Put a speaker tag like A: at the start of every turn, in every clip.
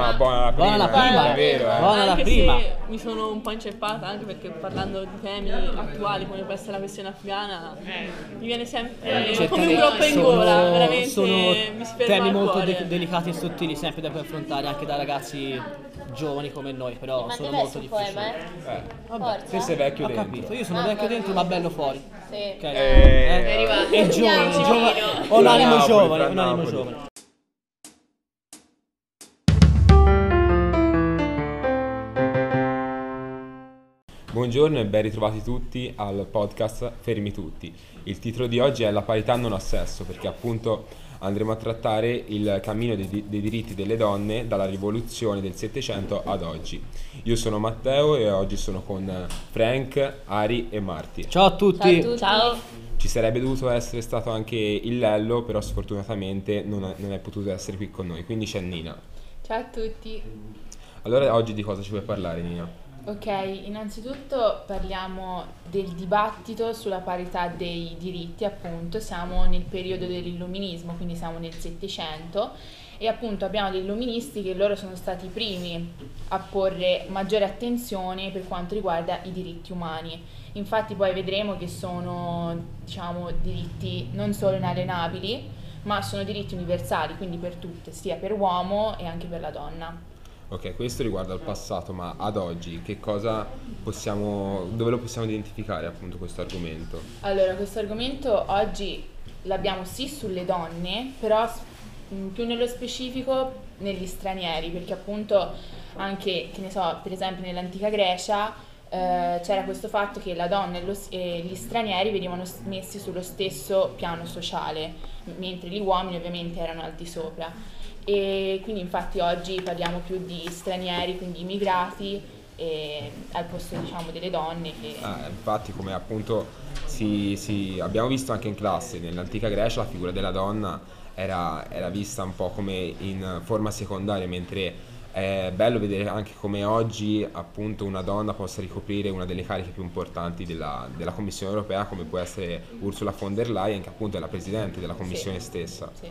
A: No, buona la prima.
B: Buona la prima,
A: è vero.
B: buona la
C: Anche
B: prima.
C: se mi sono un po' inceppata, anche perché parlando di temi attuali come può essere la questione afghana, mi viene sempre come un groppo in gola, veramente
B: sono
C: mi si ferma
B: temi
C: al
B: molto
C: cuore.
B: delicati e sottili, sempre da cui affrontare anche da ragazzi giovani come noi, però
D: Ma
B: sono
D: dov'è
B: molto
D: sul
B: difficili.
D: poema?
B: Vabbè,
A: Te sei vecchio
B: ho
A: dentro.
B: capito, io sono vecchio dentro ma bello fuori.
D: Sì.
B: Ok?
D: È arrivato.
B: E giovane, ho un
A: Fra
B: animo
A: Napoli,
B: giovane,
A: fra
B: un animo
A: Napoli.
B: giovane.
A: Buongiorno e ben ritrovati tutti al podcast Fermi Tutti. Il titolo di oggi è La parità non ha sesso, perché appunto andremo a trattare il cammino dei diritti delle donne dalla rivoluzione del Settecento ad oggi. Io sono Matteo e oggi sono con Frank, Ari e Marti.
B: Ciao a tutti.
D: Ciao.
A: Ci sarebbe dovuto essere stato anche il Lello, però sfortunatamente non è potuto essere qui con noi, quindi c'è Nina.
E: Ciao a tutti.
A: Allora oggi di cosa ci vuoi parlare, Nina?
E: Ok, innanzitutto parliamo del dibattito sulla parità dei diritti, appunto siamo nel periodo dell'illuminismo, quindi siamo nel Settecento e appunto abbiamo degli illuministi che loro sono stati i primi a porre maggiore attenzione per quanto riguarda i diritti umani. Infatti poi vedremo che sono, diciamo, diritti non solo inalienabili, ma sono diritti universali, quindi per tutte, sia per l'uomo e anche per la donna.
A: Ok, questo riguarda il passato, ma ad oggi dove lo possiamo identificare appunto questo argomento?
E: Allora, questo argomento oggi l'abbiamo sì sulle donne, però più nello specifico negli stranieri, perché appunto anche, che ne so, per esempio nell'antica Grecia c'era questo fatto che la donna e gli stranieri venivano messi sullo stesso piano sociale, mentre gli uomini ovviamente erano al di sopra. E quindi infatti oggi parliamo più di stranieri, quindi immigrati, al posto diciamo delle donne che...
A: Infatti, come appunto abbiamo visto anche in classe, nell'antica Grecia la figura della donna era vista un po' come in forma secondaria, mentre è bello vedere anche come oggi appunto una donna possa ricoprire una delle cariche più importanti della Commissione europea, come può essere Ursula von der Leyen, che appunto è la presidente della Commissione stessa.
E: Sì.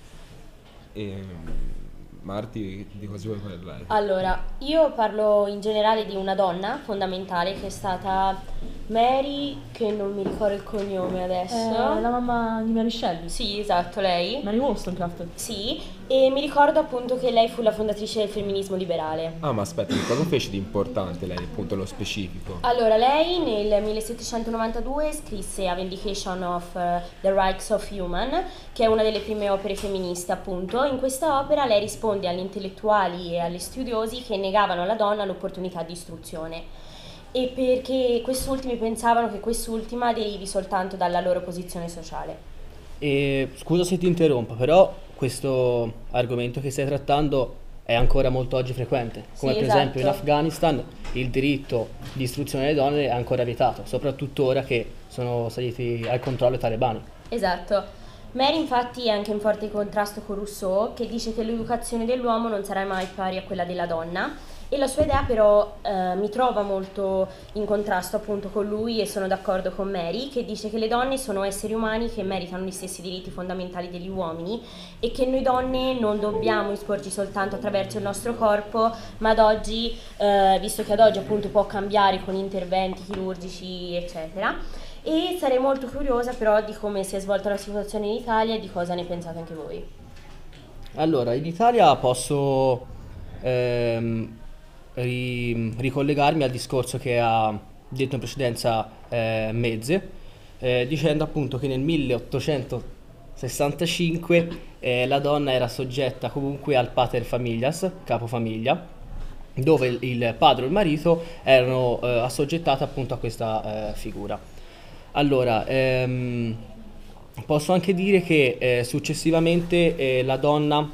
A: Marti, di cosa vuoi parlare?
D: Allora, io parlo in generale di una donna fondamentale che è stata Mary, che non mi ricordo il cognome adesso.
C: La mamma di Mary Shelley.
D: Sì, esatto, lei.
C: Mary Wollstonecraft.
D: Sì, e mi ricordo appunto che lei fu la fondatrice del femminismo liberale.
A: Ah, ma aspetta, che cosa fece di importante lei, appunto, nello specifico?
D: Allora, lei nel 1792 scrisse A Vindication of the Rights of Human, che è una delle prime opere femministe, appunto. In questa opera lei risponde agli intellettuali e agli studiosi che negavano alla donna l'opportunità di istruzione, e perché quest'ultimi pensavano che quest'ultima derivi soltanto dalla loro posizione sociale.
B: E scusa se ti interrompo, però questo argomento che stai trattando è ancora molto oggi frequente, come
D: Sì,
B: per
D: esatto.
B: esempio in Afghanistan il diritto di istruzione delle donne è ancora vietato, soprattutto ora che sono saliti al controllo i talebani.
D: Esatto. Mary infatti è anche in forte contrasto con Rousseau, che dice che l'educazione dell'uomo non sarà mai pari a quella della donna, e la sua idea però mi trova molto in contrasto appunto con lui, e sono d'accordo con Mary, che dice che le donne sono esseri umani che meritano gli stessi diritti fondamentali degli uomini, e che noi donne non dobbiamo esporci soltanto attraverso il nostro corpo, ma ad oggi, visto che ad oggi appunto può cambiare con interventi chirurgici eccetera. E sarei molto curiosa però di come si è svolta la situazione in Italia e di cosa ne pensate anche voi.
B: Allora, in Italia posso ricollegarmi al discorso che ha detto in precedenza Mezze, dicendo appunto che nel 1865 la donna era soggetta comunque al pater familias, capofamiglia, dove il padre o il marito erano assoggettati appunto a questa figura. Allora, posso anche dire che successivamente la donna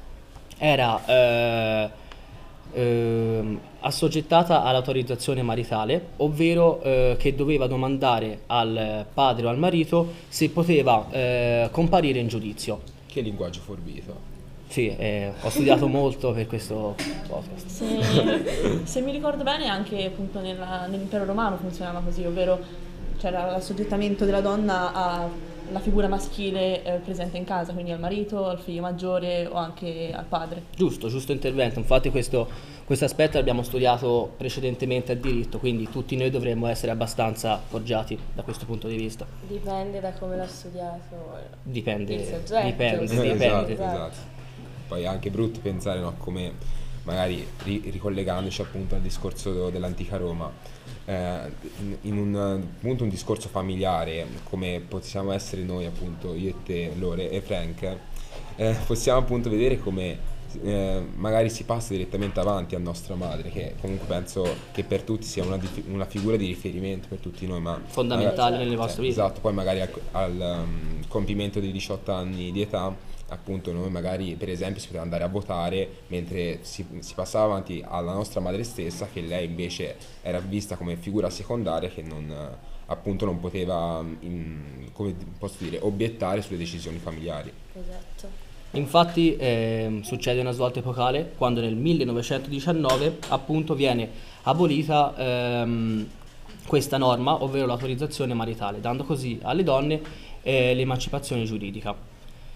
B: era assoggettata all'autorizzazione maritale, ovvero che doveva domandare al padre o al marito se poteva comparire in giudizio.
A: Che linguaggio forbito.
B: Sì, ho studiato molto per questo podcast.
C: Se mi ricordo bene, anche appunto nell'impero romano funzionava così, ovvero c'era l'assoggettamento della donna la figura maschile presente in casa, quindi al marito, al figlio maggiore o anche al padre.
B: Giusto intervento, infatti questo aspetto l'abbiamo studiato precedentemente a diritto, quindi tutti noi dovremmo essere abbastanza forgiati da questo punto di vista.
D: Dipende da come l'ha studiato.
B: Dipende,
D: Il soggetto.
A: Esatto. Poi è anche brutto pensare, no, come magari ricollegandoci appunto al discorso dell'antica Roma, in un discorso familiare come possiamo essere noi, appunto io e te, Lore e Frank, possiamo appunto vedere come magari si passa direttamente avanti a nostra madre, che comunque penso che per tutti sia una figura di riferimento per tutti noi, ma
B: fondamentale nelle vostre vite.
A: Esatto, poi magari al compimento dei 18 anni di età, appunto noi magari per esempio si poteva andare a votare, mentre si passava avanti alla nostra madre stessa, che lei invece era vista come figura secondaria, che non poteva come posso dire, obiettare sulle decisioni familiari.
D: Esatto.
B: Infatti succede una svolta epocale quando nel 1919 appunto viene abolita questa norma, ovvero l'autorizzazione maritale, dando così alle donne l'emancipazione giuridica.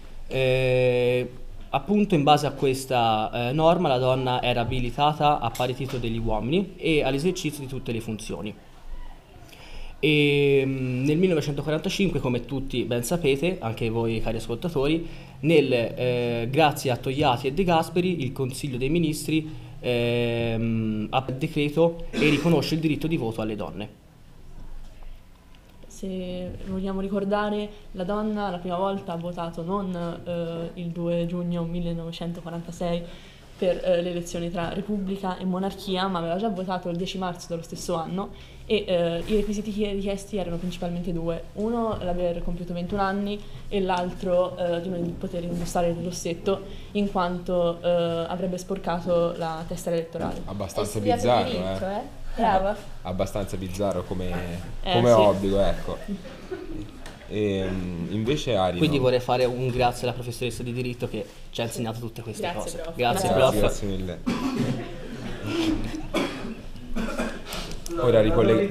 B: Appunto in base a questa norma la donna era abilitata a pari titolo degli uomini e all'esercizio di tutte le funzioni. E nel 1945, come tutti ben sapete, anche voi cari ascoltatori, grazie a Togliatti e De Gasperi, il Consiglio dei Ministri approva il decreto e riconosce il diritto di voto alle donne.
C: Se vogliamo ricordare, la donna la prima volta ha votato non il 2 giugno 1946 per le elezioni tra Repubblica e monarchia, ma aveva già votato il 10 marzo dello stesso anno e i requisiti richiesti erano principalmente due: uno, l'aver compiuto 21 anni, e l'altro di non poter indossare il rossetto in quanto avrebbe sporcato la testera elettorale.
A: Abbastanza bizzarro,
D: diritto, Brava.
A: Abbastanza bizzarro come
C: sì.
A: obbligo, ecco. E invece Ari,
B: quindi vorrei fare un grazie alla professoressa di diritto che ci ha insegnato tutte queste
E: Grazie,
B: cose.
E: prof.
A: Grazie mille. Ora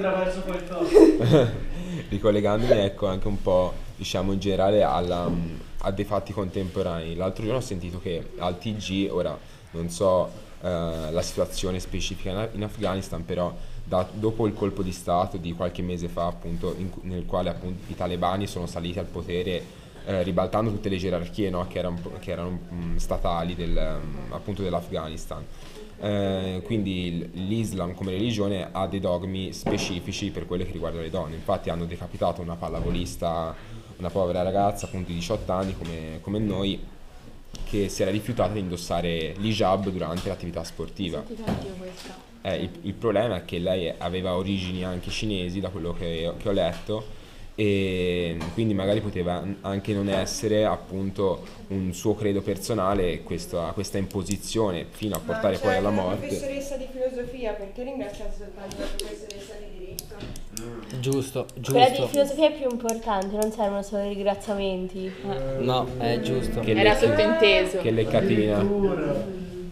A: ricollegandomi, ecco, anche un po', diciamo, in generale a dei fatti contemporanei. L'altro giorno ho sentito che al TG, ora non so la situazione specifica in Afghanistan, però dopo il colpo di stato di qualche mese fa, appunto, nel quale appunto i talebani sono saliti al potere ribaltando tutte le gerarchie, no, che erano statali appunto dell'Afghanistan. Quindi l'Islam come religione ha dei dogmi specifici per quello che riguarda le donne. Infatti hanno decapitato una pallavolista, una povera ragazza appunto di 18 anni come noi, che si era rifiutata di indossare l'hijab durante l'attività sportiva. Il problema è che lei aveva origini anche cinesi, da quello che ho letto, e quindi magari poteva anche non essere appunto un suo credo personale questa imposizione fino a portare poi alla morte.
F: La professoressa di filosofia, perché ringraziate soltanto la professoressa di diritto?
B: Giusto.
D: Quella di filosofia è più importante, non servono solo i ringraziamenti.
B: No, è giusto.
E: Era sottinteso.
A: Che leccatina.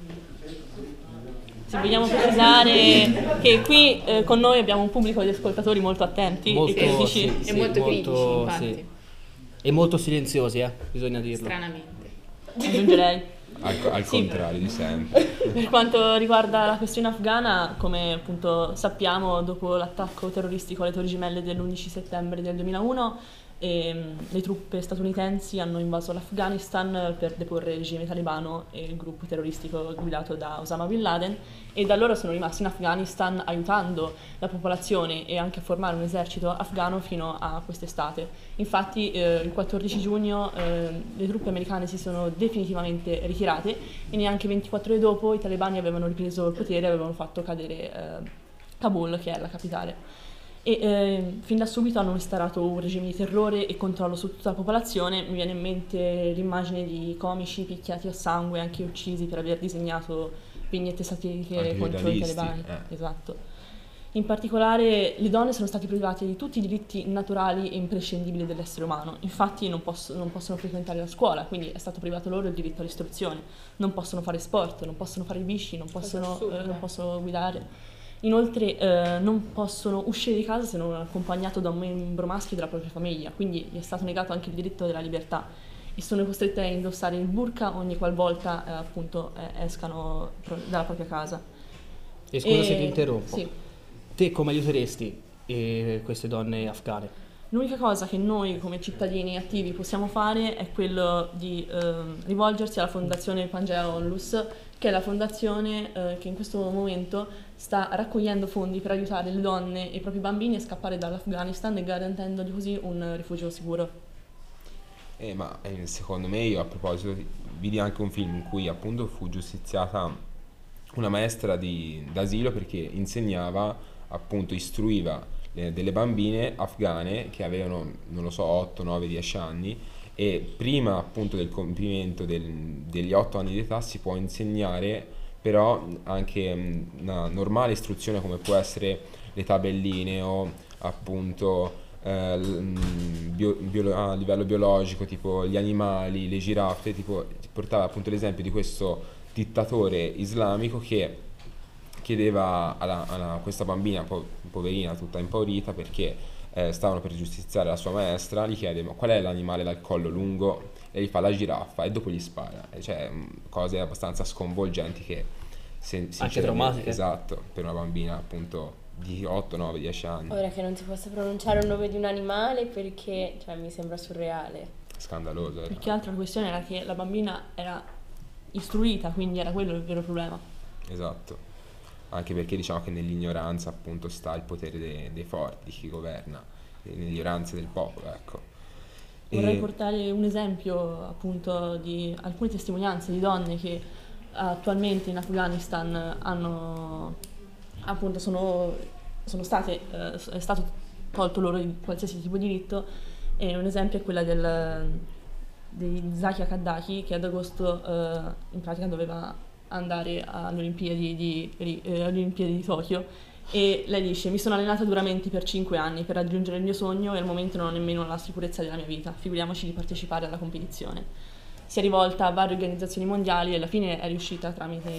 C: Se vogliamo precisare che qui con noi abbiamo un pubblico di ascoltatori molto attenti e critici.
E: E molto critici, infatti.
B: Sì. E molto silenziosi, bisogna dirlo.
E: Stranamente.
C: Aggiungerei.
A: Al contrario di sempre.
C: Per quanto riguarda la questione afghana, come appunto sappiamo, dopo l'attacco terroristico alle Torri Gemelle dell'11 settembre del 2001, le truppe statunitensi hanno invaso l'Afghanistan per deporre il regime talebano e il gruppo terroristico guidato da Osama Bin Laden, e da allora sono rimasti in Afghanistan aiutando la popolazione e anche a formare un esercito afghano fino a quest'estate. Infatti il 14 giugno le truppe americane si sono definitivamente ritirate e neanche 24 ore dopo i talebani avevano ripreso il potere e avevano fatto cadere Kabul, che è la capitale. E fin da subito hanno instaurato un regime di terrore e controllo su tutta la popolazione. Mi viene in mente l'immagine di comici picchiati a sangue, anche uccisi per aver disegnato vignette satiriche
A: anche
C: contro i talebani. Esatto. In particolare le donne sono state private di tutti i diritti naturali e imprescindibili dell'essere umano. Infatti non possono frequentare la scuola, quindi è stato privato loro il diritto all'istruzione. Non possono fare sport, non possono fare i bici, non possono guidare. Inoltre non possono uscire di casa se non accompagnato da un membro maschio della propria famiglia, quindi gli è stato negato anche il diritto della libertà e sono costrette a indossare il burqa ogni qualvolta appunto escano dalla propria casa.
B: E scusa se ti interrompo.
C: Sì.
B: Te come aiuteresti queste donne afghane?
C: L'unica cosa che noi come cittadini attivi possiamo fare è quello di rivolgersi alla fondazione Pangea Onlus, che è la fondazione che in questo momento sta raccogliendo fondi per aiutare le donne e i propri bambini a scappare dall'Afghanistan e garantendogli così un rifugio sicuro.
A: Ma secondo me, io a proposito vidi anche un film in cui appunto fu giustiziata una maestra d'asilo perché insegnava, appunto istruiva delle bambine afghane che avevano, non lo so, 8, 9, 10 anni, e prima appunto del compimento degli 8 anni di età si può insegnare però anche una normale istruzione come può essere le tabelline o appunto a livello biologico, tipo gli animali, le giraffe, tipo portava appunto l'esempio di questo dittatore islamico che chiedeva a questa bambina poverina tutta impaurita perché stavano per giustiziare la sua maestra, gli chiede ma qual è l'animale dal collo lungo, e gli fa la giraffa e dopo gli spara, cioè cose abbastanza sconvolgenti che
B: anche traumatiche.
A: Esatto, per una bambina appunto di 8, 9, 10 anni.
D: Ora che non si possa pronunciare un nome di un animale perché, cioè, mi sembra surreale.
A: Scandaloso.
C: Più che altro la questione era che la bambina era istruita, quindi era quello il vero problema.
A: Esatto. Anche perché diciamo che nell'ignoranza appunto sta il potere dei forti, di chi governa, nell'ignoranza del popolo, ecco.
C: Vorrei portare un esempio appunto di alcune testimonianze di donne che attualmente in Afghanistan sono state, è stato tolto loro di qualsiasi tipo di diritto, e un esempio è quella di Zakia Kaddafi, che ad agosto in pratica doveva andare alle Olimpiadi di Tokyo, e lei dice: mi sono allenata duramente per 5 anni per raggiungere il mio sogno e al momento non ho nemmeno la sicurezza della mia vita, figuriamoci di partecipare alla competizione. Si è rivolta a varie organizzazioni mondiali e alla fine è riuscita tramite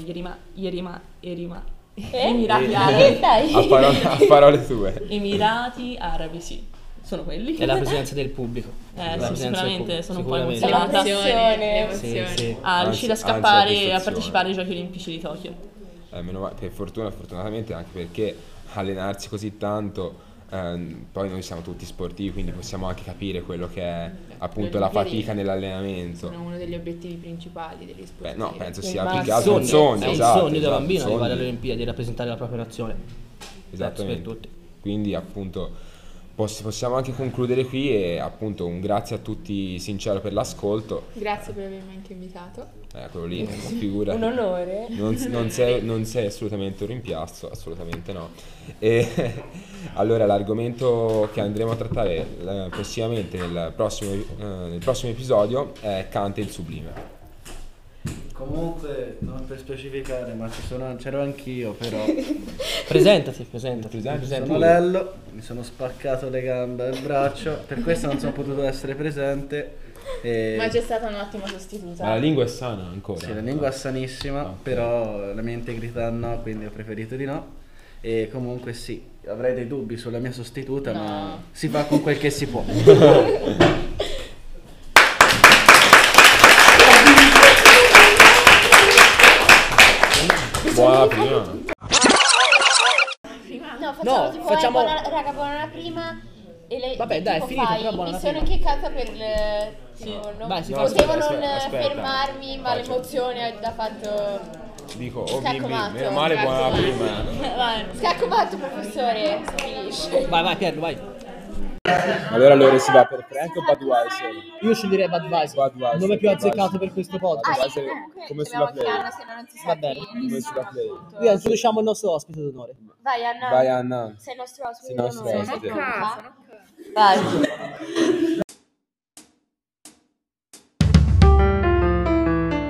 C: Emirati Arabi.
A: A parole tue.
C: Emirati Arabi, sì, sono quelli.
B: È la presenza del pubblico.
C: Sì, sicuramente sono un po'
B: Sicuramente.
C: emozionata.
D: L'emozione.
B: Sì.
C: A riuscire a
A: Anzi,
C: scappare
A: la
C: e a
A: prestazione.
C: partecipare ai Giochi Olimpici di Tokyo.
A: Per fortuna, fortunatamente, anche perché allenarsi così tanto, poi noi siamo tutti sportivi, quindi possiamo anche capire quello che è appunto la fatica nell'allenamento.
E: Sono uno degli obiettivi principali degli sportivi.
A: No, penso sia
B: Ma
A: più
B: il
A: che altro un sogno,
B: è un
A: esatto,
B: sogno da
A: esatto,
B: bambino
A: sogno.
B: arrivare alle Olimpiadi e rappresentare la propria nazione.
A: Esattamente.
B: Per tutti.
A: Quindi appunto possiamo anche concludere qui, e appunto un grazie a tutti sincero per l'ascolto.
E: Grazie per avermi anche invitato.
A: Quello lì, figura.
D: Un onore.
A: Non sei assolutamente un rimpiazzo, assolutamente no. E allora l'argomento che andremo a trattare prossimamente nel prossimo episodio è Kant e il sublime.
G: Comunque, non per specificare, ma c'ero anch'io, però.
B: Presentati.
G: Sono Lello, mi sono spaccato le gambe e il braccio, per questo non sono potuto essere presente.
E: Ma c'è stata un'ottima sostituta.
A: Ma la lingua è sana ancora?
G: Sì, la lingua è sanissima,
A: Ok.
G: però la mia integrità no, quindi ho preferito di no. E comunque sì, avrei dei dubbi sulla mia sostituta,
E: No.
G: ma si fa con quel che si può.
A: Buona prima.
D: No,
B: No,
D: tipo,
B: facciamo-
D: raga, buona prima. E lei
B: Vabbè, dai, è
D: tipo,
B: finito,
D: fai,
B: però buona
D: mi sono
B: prima.
D: inchiccata per il non
B: Vai, si fa.
D: potevo
A: Aspetta,
D: non
A: aspetta.
D: fermarmi, ma
A: Faccio.
D: l'emozione ha fatto
A: Dico,
D: Scacco
A: bimbi,
D: matto.
A: meno male buona
E: Scacco
A: prima.
C: Vai.
D: scacco matto, professore, si finisce.
B: Vai, Pierlo, vai.
A: Allora si va per Frank o Budweiser?
B: Io sceglierei Budweiser.
A: Budweiser,
B: Nome più
A: Budweiser.
B: azzeccato per questo podcast.
A: Budweiser, come sulla play.
B: Va bene.
A: Come sulla play.
B: Quindi introduciamo il nostro ospite d'onore.
D: Vai Anna,
A: Vai Anna.
D: sei il nostro ospite
A: Sei il nostro
D: d'onore.
A: ospite.
D: Sei pronta?
E: Sono
D: Vai.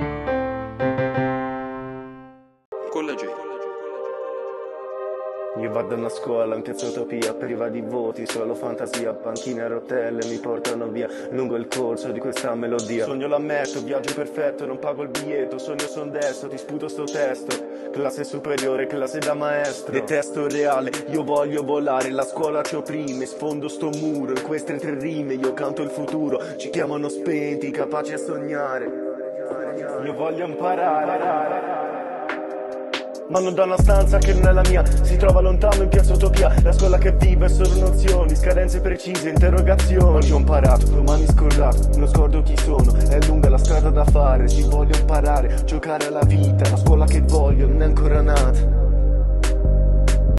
H: Con la J. Guardano a scuola in piazza Utopia, priva di voti, solo fantasia, banchine a rotelle mi portano via lungo il corso di questa melodia. Sogno l'ammetto, viaggio perfetto, non pago il biglietto, sogno son destro, ti sputo sto testo. Classe superiore, classe da maestro. Detesto il reale, io voglio volare, la scuola ci opprime, sfondo sto muro, in queste 3 rime io canto il futuro, ci chiamano spenti, capaci a sognare. Io voglio imparare. Ma non da una stanza che non è la mia, si trova lontano in piazza Utopia. La scuola che vive è solo nozioni, scadenze precise, interrogazioni. Oggi ho imparato, domani scordato, non scordo chi sono. È lunga la strada da fare, ci voglio imparare, giocare alla vita. La scuola che voglio non è ancora nata.